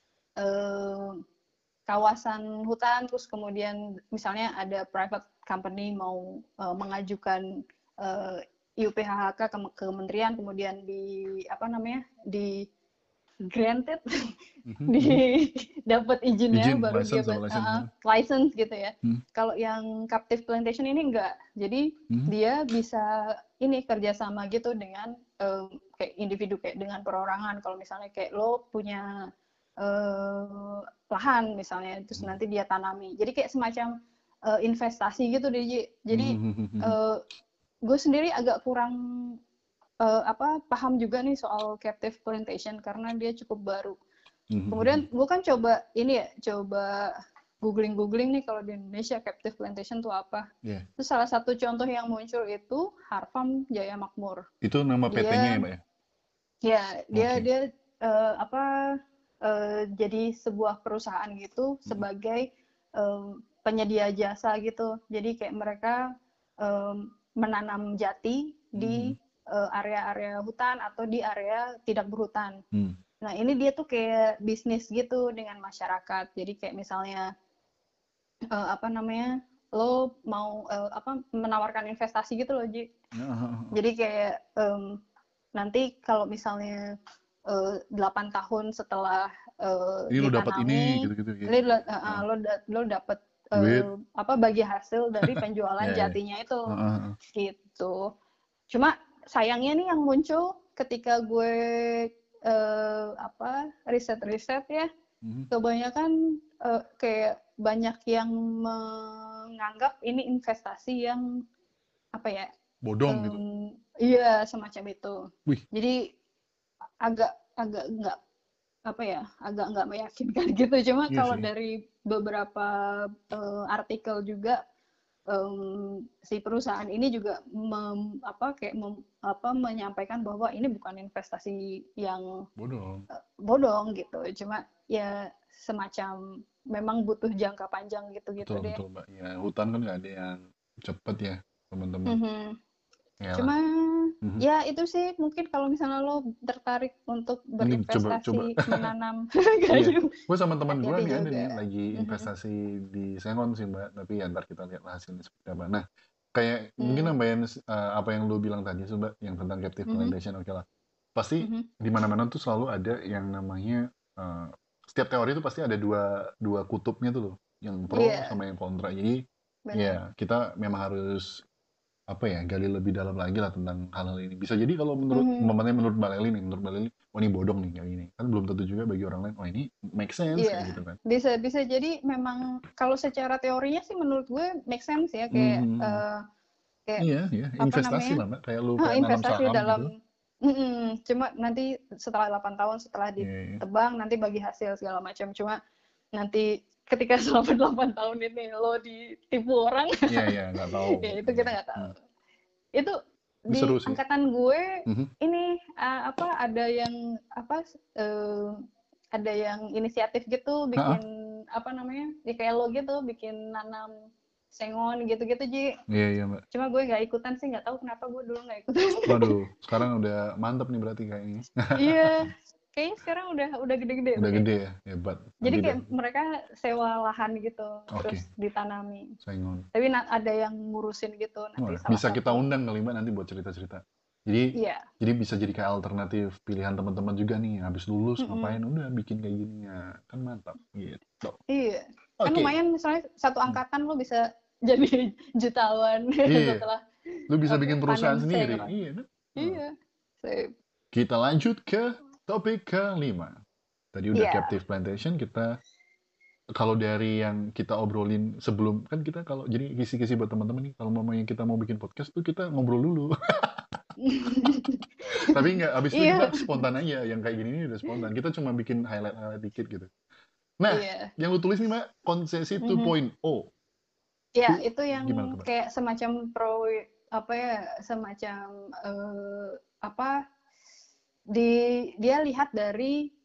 kawasan hutan, terus kemudian misalnya ada private company mau mengajukan IUPHK ke kementerian, kemudian di granted, dapat izinnya, baru dia license gitu ya. Kalau yang captive plantation ini enggak, jadi dia bisa ini kerjasama gitu dengan kayak individu, kayak dengan perorangan. Kalau misalnya kayak lo punya lahan misalnya, terus nanti dia tanami, jadi kayak semacam investasi gitu deh. Jadi gue sendiri agak kurang paham juga nih soal captive plantation karena dia cukup baru. Kemudian gue kan coba googling nih kalau di Indonesia captive plantation itu apa. Terus salah satu contoh yang muncul itu Harfarm Jaya Makmur. Itu nama PT-nya ya, Mbak ya? Ya, dia jadi sebuah perusahaan gitu sebagai penyedia jasa gitu. Jadi kayak mereka menanam jati di area-area hutan atau di area tidak berhutan. Nah, ini dia tuh kayak bisnis gitu dengan masyarakat. Jadi kayak misalnya apa namanya, lo mau menawarkan investasi gitu loh, Ji. Jadi kayak nanti kalau misalnya 8 tahun setelah ini lo dapat ini ditanami, gitu-gitu gitu. lo dapat duit bagi hasil dari penjualan yeah, jatinya itu, gitu. Cuma sayangnya nih yang muncul ketika gue riset-riset ya, kebanyakan kayak banyak yang menganggap ini investasi yang apa ya, bodong gitu. Iya, semacam itu. Wih. Jadi agak nggak agak nggak meyakinkan gitu. Cuma kalau dari beberapa artikel juga si perusahaan ini juga menyampaikan bahwa ini bukan investasi yang bodong gitu. Cuma ya semacam memang butuh jangka panjang gitu-gitu deh. Betul, Mbak. Ya, hutan kan nggak ada yang cepet ya, teman-teman. Cuma ya itu sih mungkin kalau misalnya lo tertarik untuk berinvestasi menanam kayu. Gue sama teman gue nih ada nih lagi investasi di Sengon sih Mbak, tapi ya ntar kita lihat hasilnya seperti apa. Nah, kayak mungkin nambahin apa yang lo bilang tadi sih Mbak, yang tentang captive plantation, oke lah. Pasti di mana-mana tuh selalu ada yang namanya setiap teori itu pasti ada dua kutubnya tuh loh, yang pro sama yang kontra. Jadi ya kita memang harus gali lebih dalam lagi lah tentang hal-hal ini. Bisa jadi kalau menurut Mbak Leli nih, oh ini bodong nih kayak ini. Kan belum tentu juga bagi orang lain, oh ini make sense kayak gitu kan. Bisa jadi memang kalau secara teorinya sih menurut gue make sense ya, kayak iya, investasi lah Mbak, kayak lu kayak nanam saham dalam gitu. Cuma nanti setelah 8 tahun setelah ditebang nanti bagi hasil segala macam. Cuma nanti ketika selama 8 tahun ini lo ditipu orang, nggak tahu. Ya itu kita nggak tahu. Itu di angkatan gue ini ada yang ada yang inisiatif gitu bikin ya kayak lo gitu bikin nanam sengon gitu-gitu Ji. Iya Mbak. Cuma gue nggak ikutan sih, nggak tahu kenapa gue dulu nggak ikutan. Waduh, sekarang udah mantep nih berarti kayaknya. Iya, kayaknya sekarang udah gede-gede. Udah gede ya, hebat. Jadi kayak mereka sewa lahan gitu, terus ditanami. Sengon. Tapi ada yang ngurusin gitu nanti. Bisa kita undang kali Mbak nanti buat cerita-cerita. Jadi bisa jadi kayak alternatif pilihan teman-teman juga nih, habis lulus ngapain, udah bikin kayak gini ya, kan mantap gitu. Iya, kan lumayan misalnya satu angkatan lo bisa jadi jutawan setelah lu bisa bikin perusahaan sendiri. Iya. Kita lanjut ke topik kelima. Tadi udah captive plantation, kita kalau dari yang kita obrolin sebelum, kan kita kalau jadi kisi-kisi buat teman-teman nih, kalau mamanya kita mau bikin podcast tuh kita ngobrol dulu. Tapi nggak, abis itu kita spontan aja, yang kayak gini ini udah spontan. Kita cuma bikin highlight dikit gitu. Nah, yang lu tulis nih Mbak, konsesi 2.0. Ya, itu yang kayak semacam semacam dia lihat dari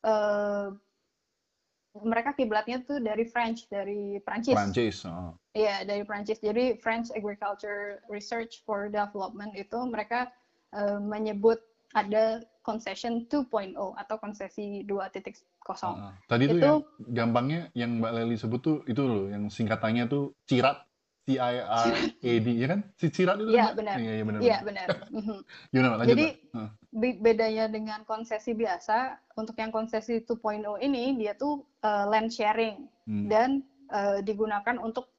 mereka kiblatnya tuh dari Prancis. Iya, dari Prancis. Jadi French Agriculture Research for Development itu mereka menyebut ada concession 2.0 atau konsesi 2.0. Tadi itu tuh gampangnya yang Mbak Leli sebut tuh itu loh, yang singkatannya tuh CIRAD, CIRAD, ya kan? Si CIRAD itu Iya, benar. Iya, benar. Gimana, lanjut, jadi bedanya dengan konsesi biasa, untuk yang konsesi 2.0 ini dia tuh land sharing dan digunakan untuk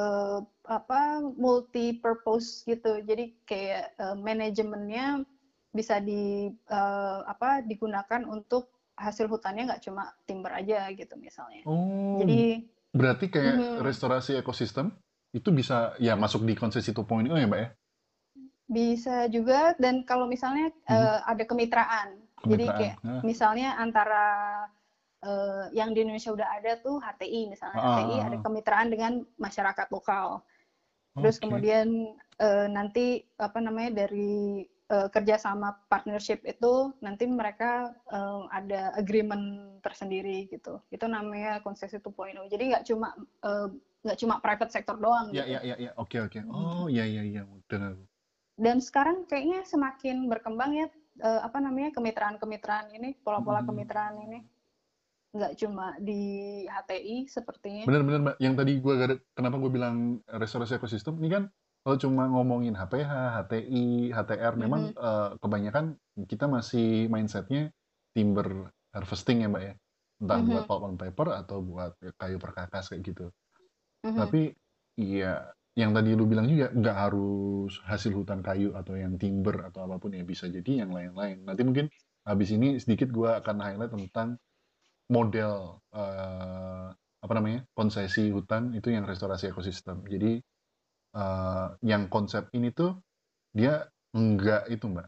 multi purpose gitu. Jadi kayak manajemennya bisa digunakan untuk hasil hutannya nggak cuma timber aja gitu misalnya. Jadi berarti kayak restorasi ekosistem itu bisa ya masuk di konsesi 2.0 ya Mbak ya? Bisa juga, dan kalau misalnya ada kemitraan. Jadi kayak misalnya antara yang di Indonesia udah ada tuh HTI misalnya, HTI ada kemitraan dengan masyarakat lokal. Terus kemudian nanti dari kerjasama partnership itu nanti mereka ada agreement tersendiri gitu. Itu namanya konsesi 2.0. Jadi nggak cuma private sector doang. Iya. Oke. Oh iya. Benar. Dan sekarang kayaknya semakin berkembang ya kemitraan-kemitraan ini, pola-pola kemitraan ini. nggak cuma di HTI sepertinya. Bener-bener Mbak, yang tadi kenapa gue bilang restorasi ekosistem, ini kan kalau cuma ngomongin HPH, HTI, HTR, memang kebanyakan kita masih mindsetnya timber harvesting ya Mbak ya. Entah buat pulp and paper atau buat kayu perkakas kayak gitu. Tapi ya yang tadi lu bilang juga nggak harus hasil hutan kayu atau yang timber atau apapun ya, bisa jadi yang lain-lain. Nanti mungkin habis ini sedikit gue akan highlight tentang model apa namanya konsesi hutan itu yang restorasi ekosistem. Jadi yang konsep ini tuh dia enggak itu Mbak,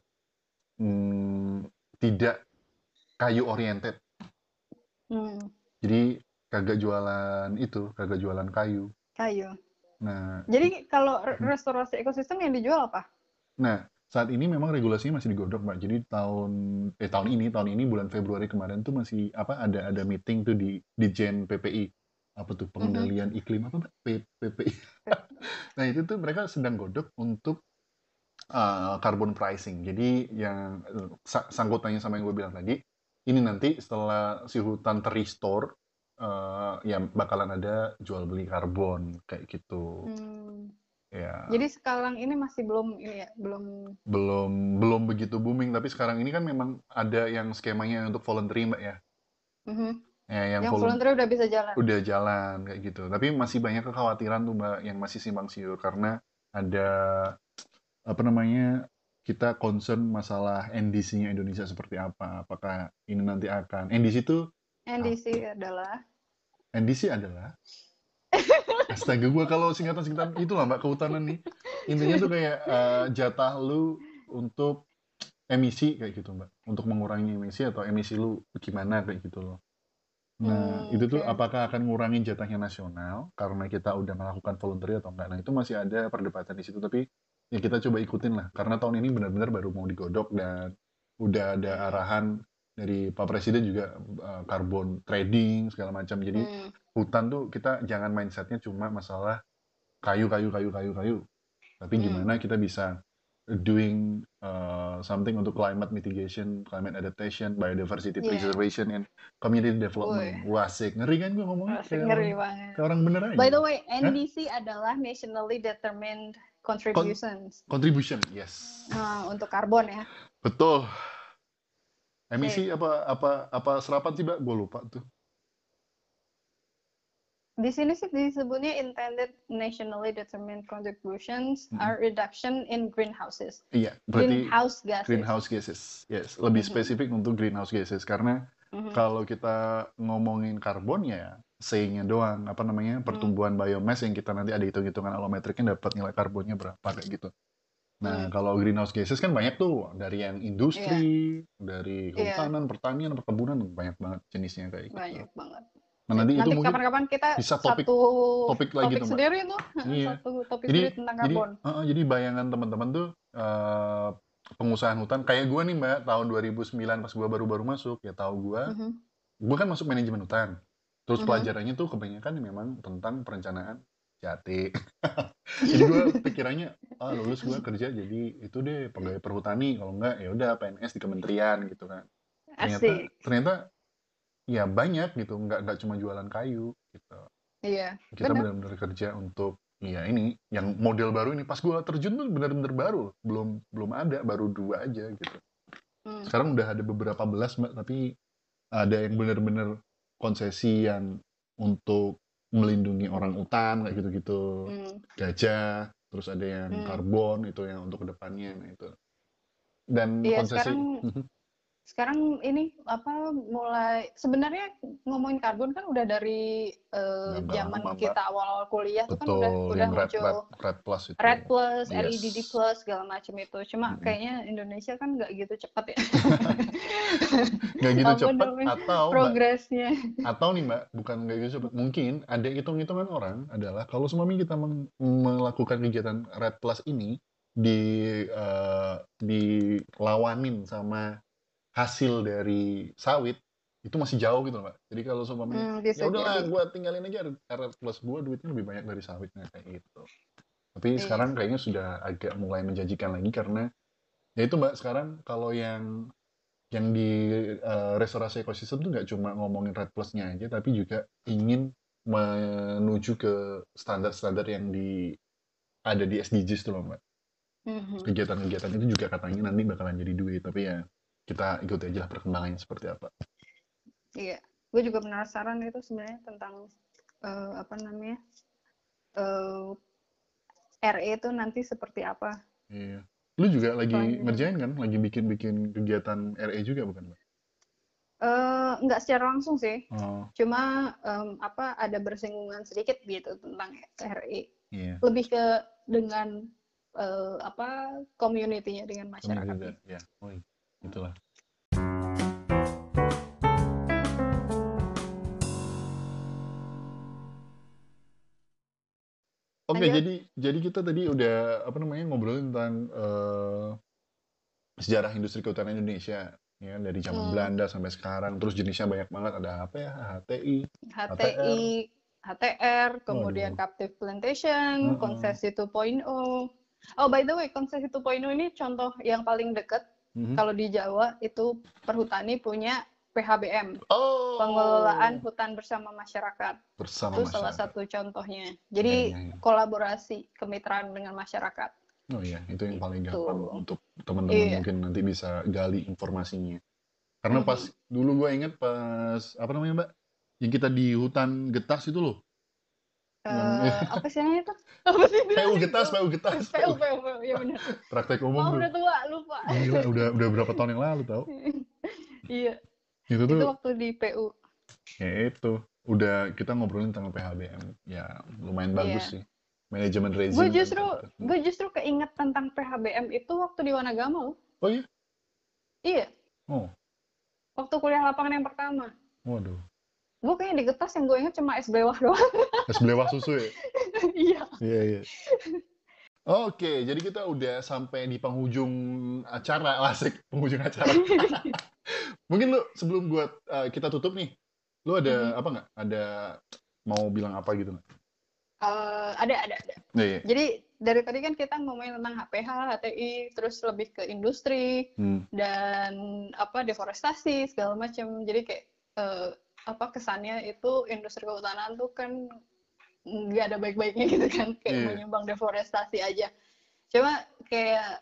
tidak kayu oriented. Jadi kagak jualan kayu. Nah, jadi kalau restorasi ekosistem yang dijual apa? Nah, saat ini memang regulasinya masih digodok, Mbak. Jadi tahun ini bulan Februari kemarin tuh masih ada meeting tuh di Jen PPI. Apa tuh pengendalian iklim apa Mbak? PPI. Nah, itu tuh mereka sedang godok untuk carbon pricing. Jadi yang sangkutannya sama yang gue bilang tadi, ini nanti setelah si hutan terrestore ya bakalan ada jual beli karbon kayak gitu. Ya. Jadi sekarang ini masih belum ini ya, belum begitu booming, tapi sekarang ini kan memang ada yang skemanya untuk voluntary Mbak ya. Ya yang voluntary udah bisa jalan. Udah jalan kayak gitu. Tapi masih banyak kekhawatiran tuh Mbak yang masih simpang siur karena ada apa namanya kita concern masalah NDC-nya Indonesia seperti apa. Apakah ini nanti akan NDC adalah astaga, gue kalau singkatan itulah Mbak, kehutanan nih. Intinya tuh kayak jatah lu untuk emisi kayak gitu Mbak. Untuk mengurangi emisi atau emisi lu gimana kayak gitu loh. Nah, itu tuh apakah akan ngurangin jatahnya nasional karena kita udah melakukan voluntary atau enggak. Nah, itu masih ada perdebatan di situ, tapi ya kita coba ikutin lah. Karena tahun ini benar-benar baru mau digodok dan udah ada arahan dari Pak Presiden juga carbon trading segala macam. Jadi hutan tuh kita jangan mindsetnya cuma masalah kayu. Tapi gimana kita bisa doing something untuk climate mitigation, climate adaptation, biodiversity preservation, and community development. Wah, asik. Ngeri kan gue ngomongnya? Ngeri banget. Kayak orang bener aja. By the way, NDC adalah Nationally Determined Contributions. Contribution, yes. Untuk karbon ya. Betul. Emisi apa serapan sih, Mbak? Gue lupa tuh. Di sini sih disebutnya intended nationally determined contributions are reduction in greenhouses. Iya, berarti greenhouse gases. Yes, lebih spesifik untuk greenhouse gases karena kalau kita ngomongin karbon ya say-nya doang, apa namanya, pertumbuhan biomass yang kita nanti ada hitung-hitungan alometriknya dapat nilai karbonnya berapa kayak gitu. Nah, kalau greenhouse gases kan banyak tuh, dari yang industri, dari kehutanan, pertanian, perkebunan, banyak banget jenisnya kayak gitu. Banyak banget. Nah, nanti itu mungkin kapan-kapan kita bisa topik lagi tuh, sendiri tuh, satu topik sendiri tentang karbon. Jadi bayangan teman-teman tuh pengusahaan hutan kayak gue nih Mbak, tahun 2009 pas gue baru-baru masuk, ya tahu gue kan masuk manajemen hutan. Terus pelajarannya tuh kebanyakan memang tentang perencanaan jati. Jadi gue pikirannya lulus gue kerja jadi itu deh pegawai perhutani, kalau enggak ya udah PNS di kementerian gitu kan. Ternyata ya banyak gitu, nggak cuma jualan kayu gitu. Iya. Kita benar-benar kerja untuk ini yang model baru ini. Pas gue terjun tuh benar-benar baru, belum ada, baru 2 aja gitu. Sekarang udah ada beberapa belas Mbak, tapi ada yang benar-benar konsesi yang untuk melindungi orang utan kayak gitu-gitu, gajah, terus ada yang karbon itu yang untuk kedepannya, nah itu. Dan konsesi sekarang ini mulai sebenarnya ngomongin karbon kan udah dari zaman kita awal-awal kuliah tuh kan udah muncul Red Plus, LEDD Plus segala macam itu. Cuma kayaknya Indonesia kan nggak gitu cepat ya. Nggak gitu cepat atau progresnya. Atau nih Mbak, bukan nggak gitu cepat. Mungkin ada hitung-hitungan orang adalah kalau semami kita melakukan kegiatan Red Plus ini dilawanin sama hasil dari sawit itu masih jauh gitu Mbak. Jadi kalau seumpamanya ya udahlah gue tinggalin aja RR plus gue duitnya lebih banyak dari sawitnya kayak gitu. Tapi sekarang kayaknya sudah agak mulai menjanjikan lagi karena ya itu Mbak, sekarang kalau yang yang di restorasi ekosistem tuh nggak cuma ngomongin REDD Plus-nya aja, tapi juga ingin menuju ke standar-standar yang ada di SDGs tuh loh, Mbak. Kegiatan-kegiatan itu juga katanya nanti bakalan jadi duit, tapi ya kita ikuti aja lah perkembangannya seperti apa. Iya, gue juga penasaran itu sebenarnya tentang apa namanya RE itu nanti seperti apa. Iya. Lu juga lagi ngerjain kan? Lagi bikin kegiatan RE juga bukan, Mbak? Nggak secara langsung sih. Cuma ada bersinggungan sedikit gitu tentang RE. Iya. Lebih ke dengan community-nya, dengan masyarakatnya. Ya, itulah. Oke, jadi kita tadi udah ngobrolin tentang sejarah industri kehutanan Indonesia, ya dari zaman Belanda sampai sekarang. Terus jenisnya banyak banget, ada apa ya? HTR, kemudian captive plantation, konsesi 2.0. Oh, by the way, konsesi 2.0 ini contoh yang paling dekat. Kalau di Jawa itu Perhutani punya PHBM, pengelolaan hutan bersama masyarakat. Itu salah satu contohnya. Jadi kolaborasi, kemitraan dengan masyarakat. Oh iya, itu yang paling gampang untuk teman-teman mungkin nanti bisa gali informasinya. Karena pas dulu gue inget pas Mbak, yang kita di hutan Getas itu loh. Apa sih namanya itu? PU Getas. PU, ya benar. Praktek umum. Udah tua, lupa. Gila, udah berapa tahun yang lalu tau? Iya. Itu waktu di PU. Ya itu, udah kita ngobrolin tentang PHBM. Ya lumayan bagus sih. Manajemen rezim. Gue justru keinget tentang PHBM itu waktu di Wanagama loh. Oh iya? Iya. Oh. Waktu kuliah lapangan yang pertama. Waduh. Gue kayaknya di Getas yang gue inget cuma es blewah doang. Es blewah susu ya? Iya. Iya. Oke, jadi kita udah sampai di penghujung acara. Asik, penghujung acara. Mungkin lu sebelum kita tutup nih, lu ada apa nggak? Ada mau bilang apa gitu nggak? Ada. Iya. Jadi dari tadi kan kita ngomongin tentang HPH, HTI, terus lebih ke industri dan deforestasi segala macam. Jadi kayak kesannya itu industri kehutanan tuh kan nggak ada baik-baiknya gitu kan, kayak menyumbang deforestasi aja. Cuma kayak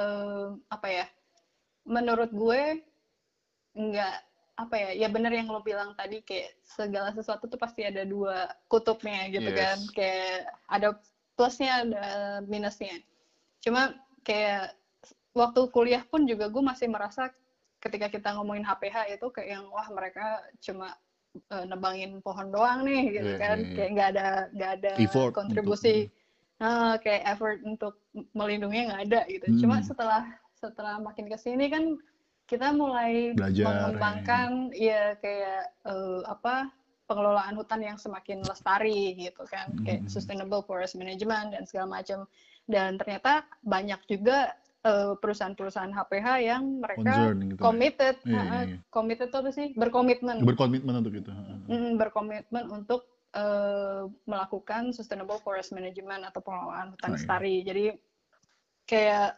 menurut gue nggak ya benar yang lo bilang tadi, kayak segala sesuatu tuh pasti ada dua kutubnya gitu kan, kayak ada plusnya ada minusnya. Cuma kayak waktu kuliah pun juga gue masih merasa ketika kita ngomongin HPH itu kayak yang wah mereka cuma nebangin pohon doang nih gitu kan, kayak nggak ada effort kontribusi kayak effort untuk melindunginya nggak ada gitu. Cuma setelah makin kesini kan kita mulai mengembangkan kayak pengelolaan hutan yang semakin lestari gitu kan, kayak sustainable forest management dan segala macam. Dan ternyata banyak juga perusahaan-perusahaan HPH yang mereka committed, committed itu apa sih? Berkomitmen untuk itu. Berkomitmen untuk melakukan sustainable forest management atau pengelolaan hutan lestari. Jadi kayak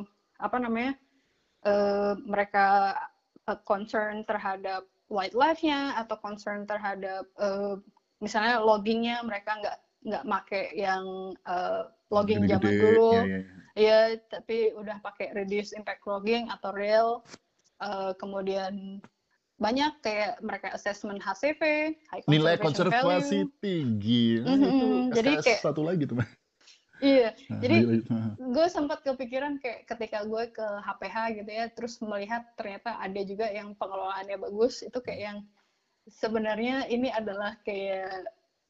mereka concern terhadap wildlife-nya atau concern terhadap misalnya loggingnya, mereka nggak make yang logging zaman dulu, ya tapi udah pakai reduce impact logging atau RIL. Kemudian banyak kayak mereka assessment HCV, high nilai konservasi value tinggi. Itu jadi kayak satu lagi tuh. Iya, jadi gue sempat kepikiran kayak ketika gue ke HPH gitu ya, terus melihat ternyata ada juga yang pengelolaannya bagus, itu kayak yang sebenarnya ini adalah kayak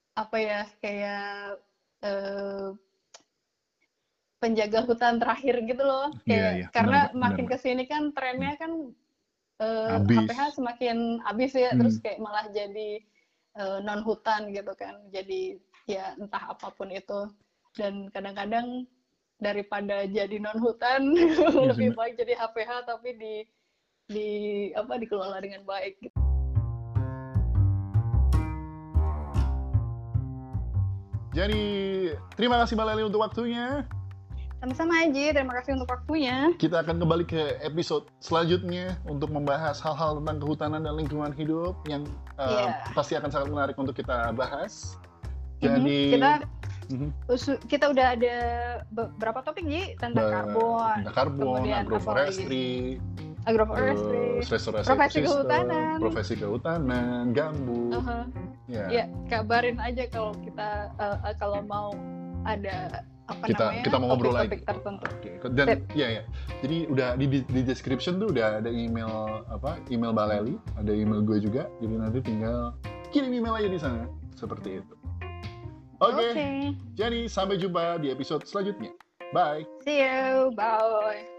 penjaga hutan terakhir gitu loh, kayak karena makin kesini kan trennya kan HPH semakin habis ya, terus kayak malah jadi non hutan gitu kan, jadi ya entah apapun itu. Dan kadang-kadang daripada jadi non hutan lebih baik jadi HPH tapi dikelola dengan baik gitu. Jadi terima kasih Mbak Lely untuk waktunya. Sama-sama Aji, terima kasih untuk waktunya. Kita akan kembali ke episode selanjutnya untuk membahas hal-hal tentang kehutanan dan lingkungan hidup yang pasti akan sangat menarik untuk kita bahas. Jadi kita udah ada beberapa topik Ji, tentang karbon, agroforestry, profesi kehutanan, gambut. Ya, kabarin aja kalau kita kalau mau ada kita mau ngobrol lagi. Tertentu. Dan jadi udah di description tuh udah ada email Baleli, ada email gue juga. Jadi nanti tinggal kirim email aja di sana seperti itu. Oke. Jadi sampai jumpa di episode selanjutnya. Bye. See you. Bye.